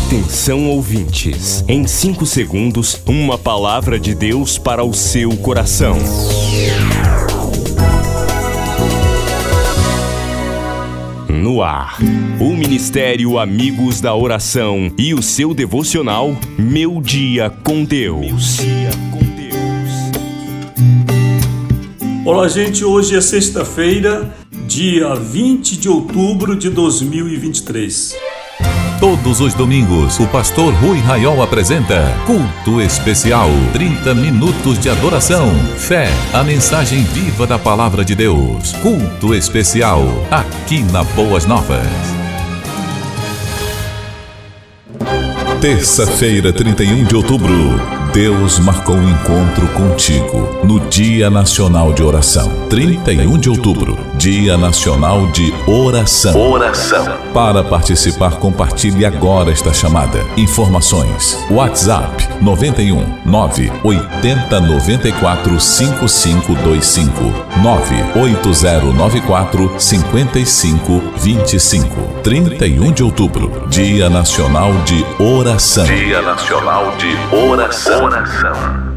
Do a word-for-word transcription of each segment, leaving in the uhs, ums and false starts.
Atenção, ouvintes. Em cinco segundos, uma palavra de Deus para o seu coração. No ar, o Ministério Amigos da Oração e o seu devocional Meu Dia com Deus. Olá, gente. Hoje é sexta-feira, dia vinte de outubro de dois mil e vinte e três. Todos os domingos, o pastor Rui Raiol apresenta Culto Especial, trinta minutos de adoração, fé, a mensagem viva da Palavra de Deus. Culto Especial, aqui na Boas Novas. Terça-feira, trinta e um de outubro, Deus marcou um encontro contigo no Dia Nacional de Oração. trinta e um de outubro, Dia Nacional de Oração. Oração. Para participar, compartilhe agora esta chamada. Informações: WhatsApp nove um nove oito zero nove quatro cinco cinco dois cinco nove oito zero nove quatro cinco cinco dois cinco. trinta e um de outubro, Dia Nacional de Oração. Dia Nacional de Oração. Oração.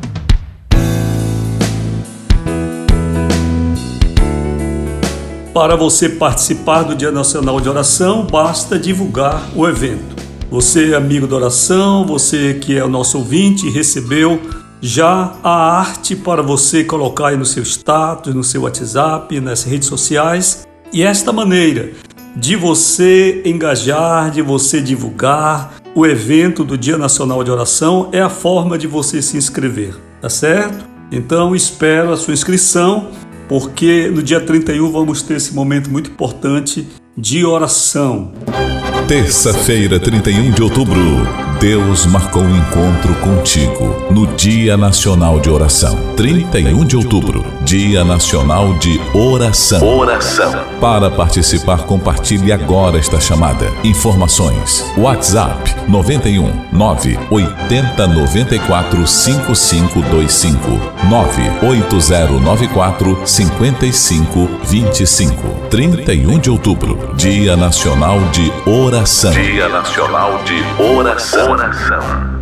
Para você participar do Dia Nacional de Oração, basta divulgar o evento. Você, amigo da oração, você que é o nosso ouvinte, recebeu já a arte para você colocar aí no seu status, no seu WhatsApp, nas redes sociais. E esta maneira de você engajar, de você divulgar o evento do Dia Nacional de Oração é a forma de você se inscrever, tá certo? Então espero a sua inscrição, porque no dia trinta e um vamos ter esse momento muito importante de oração. Terça-feira, trinta e um de outubro, Deus marcou um encontro contigo no Dia Nacional de Oração. trinta e um de outubro, Dia Nacional de Oração. Oração. Para participar, compartilhe agora esta chamada. Informações: WhatsApp nove um nove oito zero nove quatro cinco cinco dois cinco nove oito zero nove quatro cinco cinco dois cinco. trinta e um de outubro, Dia Nacional de Oração. Dia Nacional de Oração. Oração.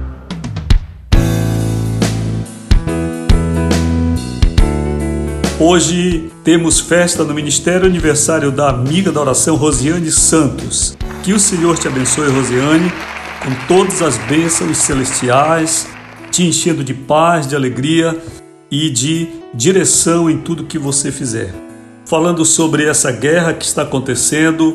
Hoje temos festa no Ministério Aniversário da amiga da oração Rosiane Santos. Que o Senhor te abençoe, Rosiane, com todas as bênçãos celestiais, te enchendo de paz, de alegria e de direção em tudo que você fizer. Falando sobre essa guerra que está acontecendo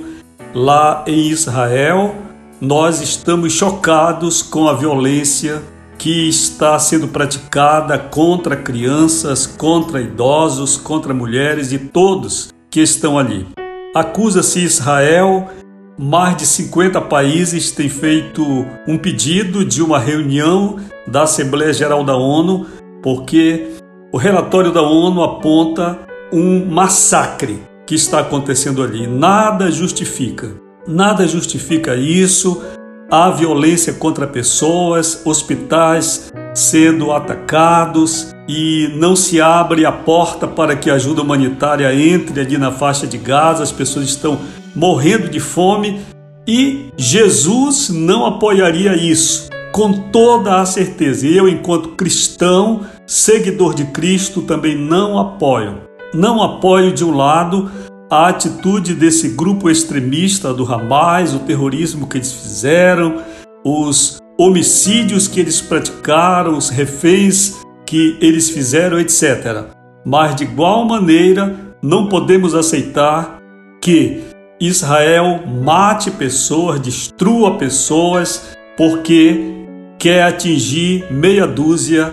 lá em Israel, nós estamos chocados com a violência que está sendo praticada contra crianças, contra idosos, contra mulheres e todos que estão ali. Acusa-se Israel, mais de cinquenta países têm feito um pedido de uma reunião da Assembleia Geral da ONU, porque o relatório da ONU aponta um massacre que está acontecendo ali. Nada justifica. Nada justifica isso, a violência contra pessoas, hospitais sendo atacados e não se abre a porta para que a ajuda humanitária entre ali na faixa de Gaza. As pessoas estão morrendo de fome e Jesus não apoiaria isso, com toda a certeza. E eu, enquanto cristão, seguidor de Cristo, também não apoio. Não apoio, de um lado, a atitude desse grupo extremista do Hamas, o terrorismo que eles fizeram, os homicídios que eles praticaram, os reféns que eles fizeram, etcétera. Mas, de igual maneira, não podemos aceitar que Israel mate pessoas, destrua pessoas, porque quer atingir meia dúzia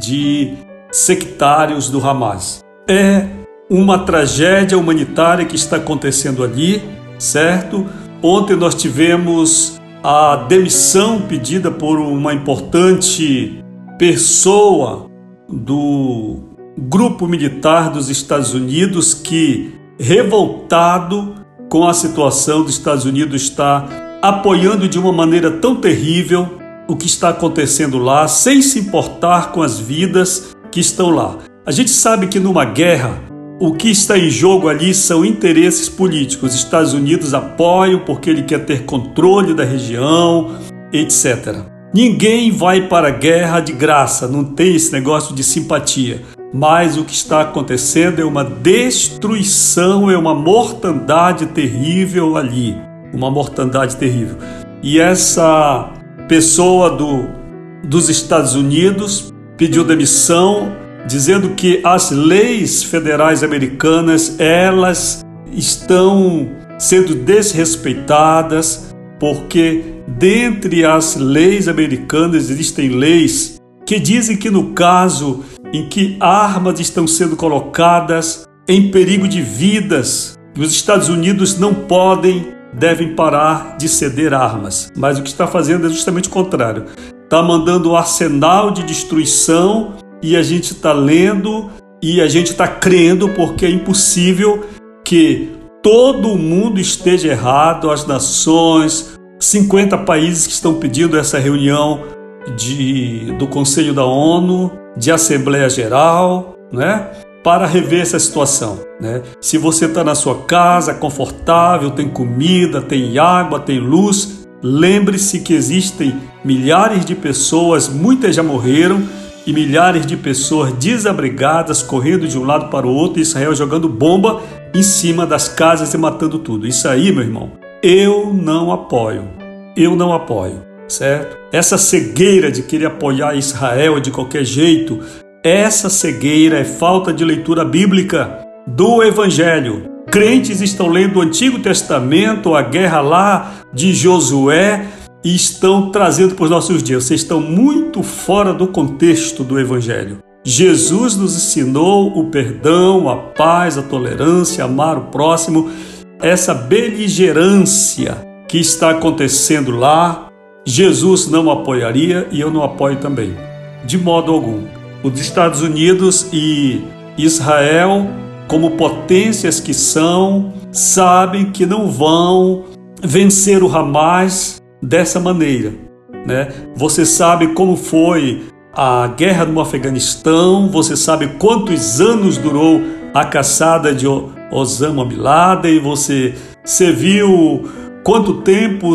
de sectários do Hamas. É uma tragédia humanitária que está acontecendo ali, certo? Ontem nós tivemos a demissão pedida por uma importante pessoa do grupo militar dos Estados Unidos que, revoltado com a situação dos Estados Unidos, está apoiando de uma maneira tão terrível o que está acontecendo lá, sem se importar com as vidas que estão lá. A gente sabe que numa guerra, o que está em jogo ali são interesses políticos. Os Estados Unidos apoiam porque ele quer ter controle da região, etcétera. Ninguém vai para a guerra de graça, não tem esse negócio de simpatia. Mas o que está acontecendo é uma destruição, é uma mortandade terrível ali. Uma mortandade terrível. E essa pessoa do, dos Estados Unidos pediu demissão, dizendo que as leis federais americanas, elas estão sendo desrespeitadas, porque dentre as leis americanas existem leis que dizem que no caso em que armas estão sendo colocadas em perigo de vidas, os Estados Unidos não podem, devem parar de ceder armas. Mas o que está fazendo é justamente o contrário. Está mandando um arsenal de destruição e a gente está lendo e a gente está crendo, porque é impossível que todo mundo esteja errado, as nações, cinquenta países que estão pedindo essa reunião de, do Conselho da ONU, de Assembleia Geral, né, para rever essa situação, né? Se você está na sua casa, confortável, tem comida, tem água, tem luz, lembre-se que existem milhares de pessoas, muitas já morreram, e milhares de pessoas desabrigadas, correndo de um lado para o outro, e Israel jogando bomba em cima das casas e matando tudo. Isso aí, meu irmão, eu não apoio. Eu não apoio, certo? Essa cegueira de querer apoiar Israel de qualquer jeito, essa cegueira é falta de leitura bíblica do Evangelho. Crentes estão lendo o Antigo Testamento, a guerra lá de Josué, e estão trazendo para os nossos dias. Vocês estão muito fora do contexto do Evangelho. Jesus nos ensinou o perdão, a paz, a tolerância, amar o próximo. Essa beligerância que está acontecendo lá, Jesus não apoiaria e eu não apoio também, de modo algum. Os Estados Unidos e Israel, como potências que são, sabem que não vão vencer o Hamas dessa maneira, né? Você sabe como foi a guerra no Afeganistão, você sabe quantos anos durou a caçada de Osama Bin Laden, você, você viu quanto tempo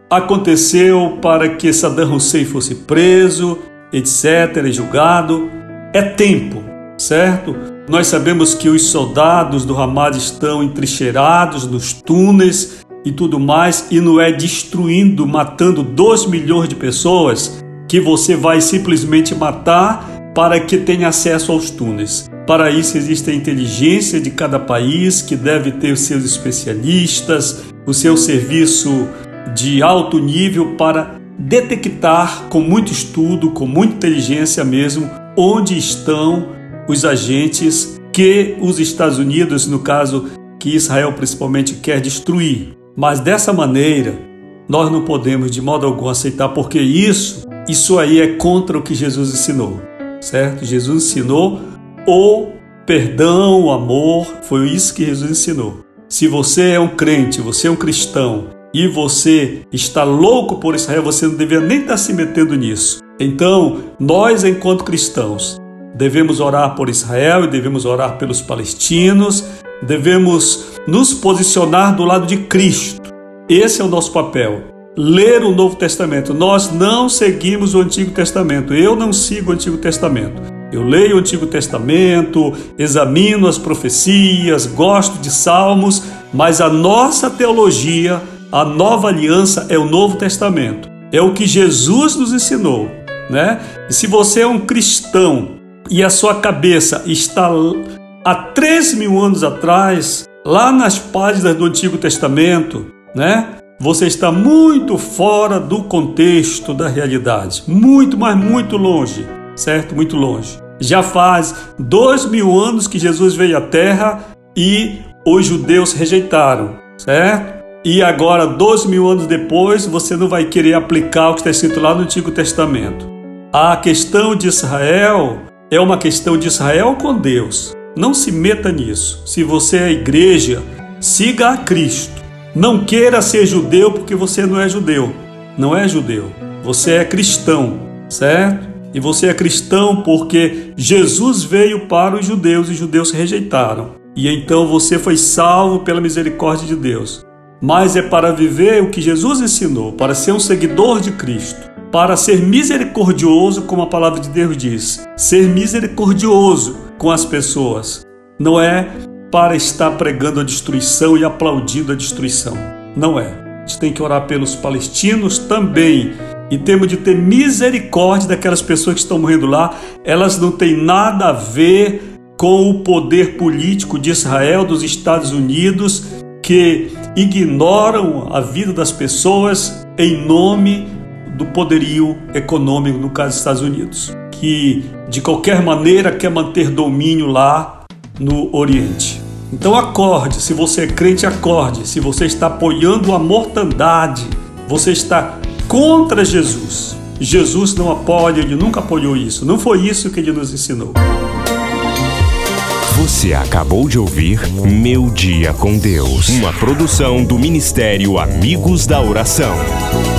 aconteceu para que Saddam Hussein fosse preso, etcétera, e julgado. É tempo, certo? Nós sabemos que os soldados do Hamas estão entrincheirados nos túneis e tudo mais, e não é destruindo, matando dois milhões de pessoas que você vai simplesmente matar para que tenha acesso aos túneis. Para isso existe a inteligência de cada país, que deve ter os seus especialistas, o seu serviço de alto nível para detectar com muito estudo, com muita inteligência mesmo, onde estão os agentes que os Estados Unidos, no caso que Israel principalmente, quer destruir. Mas dessa maneira, nós não podemos de modo algum aceitar, porque isso, isso aí é contra o que Jesus ensinou, certo? Jesus ensinou o perdão, o amor, foi isso que Jesus ensinou. Se você é um crente, você é um cristão, e você está louco por Israel, você não deveria nem estar se metendo nisso. Então, nós, enquanto cristãos, devemos orar por Israel e devemos orar pelos palestinos, devemos nos posicionar do lado de Cristo. Esse é o nosso papel. Ler o Novo Testamento. Nós não seguimos o Antigo Testamento. Eu não sigo o Antigo Testamento. Eu leio o Antigo Testamento, examino as profecias, gosto de salmos, mas a nossa teologia, a nova aliança é o Novo Testamento. É o que Jesus nos ensinou, né? E se você é um cristão e a sua cabeça está há três mil anos atrás, lá nas páginas do Antigo Testamento, né? Você está muito fora do contexto da realidade. Muito, mas muito longe, certo? Muito longe. Já faz dois mil anos que Jesus veio à Terra e os judeus rejeitaram, certo? E agora, dois mil anos depois, você não vai querer aplicar o que está escrito lá no Antigo Testamento. A questão de Israel é uma questão de Israel com Deus. Não se meta nisso. Se você é a igreja, siga a Cristo. Não queira ser judeu porque você não é judeu. Não é judeu. Você é cristão, certo? E você é cristão porque Jesus veio para os judeus e os judeus rejeitaram. E então você foi salvo pela misericórdia de Deus. mas é para viver o que Jesus ensinou, para ser um seguidor de Cristo, para ser misericordioso, como a palavra de Deus diz. Ser misericordioso com as pessoas. Não é para estar pregando a destruição e aplaudindo a destruição. Não é. A gente tem que orar pelos palestinos também. E temos de ter misericórdia daquelas pessoas que estão morrendo lá. Elas não têm nada a ver com o poder político de Israel, dos Estados Unidos, que ignoram a vida das pessoas em nome do poderio econômico, no caso dos Estados Unidos, que de qualquer maneira quer manter domínio lá no Oriente. Então acorde, se você é crente, acorde. Se você está apoiando a mortandade, você está contra Jesus. Jesus não apoia, ele nunca apoiou isso. Não foi isso que ele nos ensinou. Você acabou de ouvir Meu Dia com Deus, uma produção do Ministério Amigos da Oração.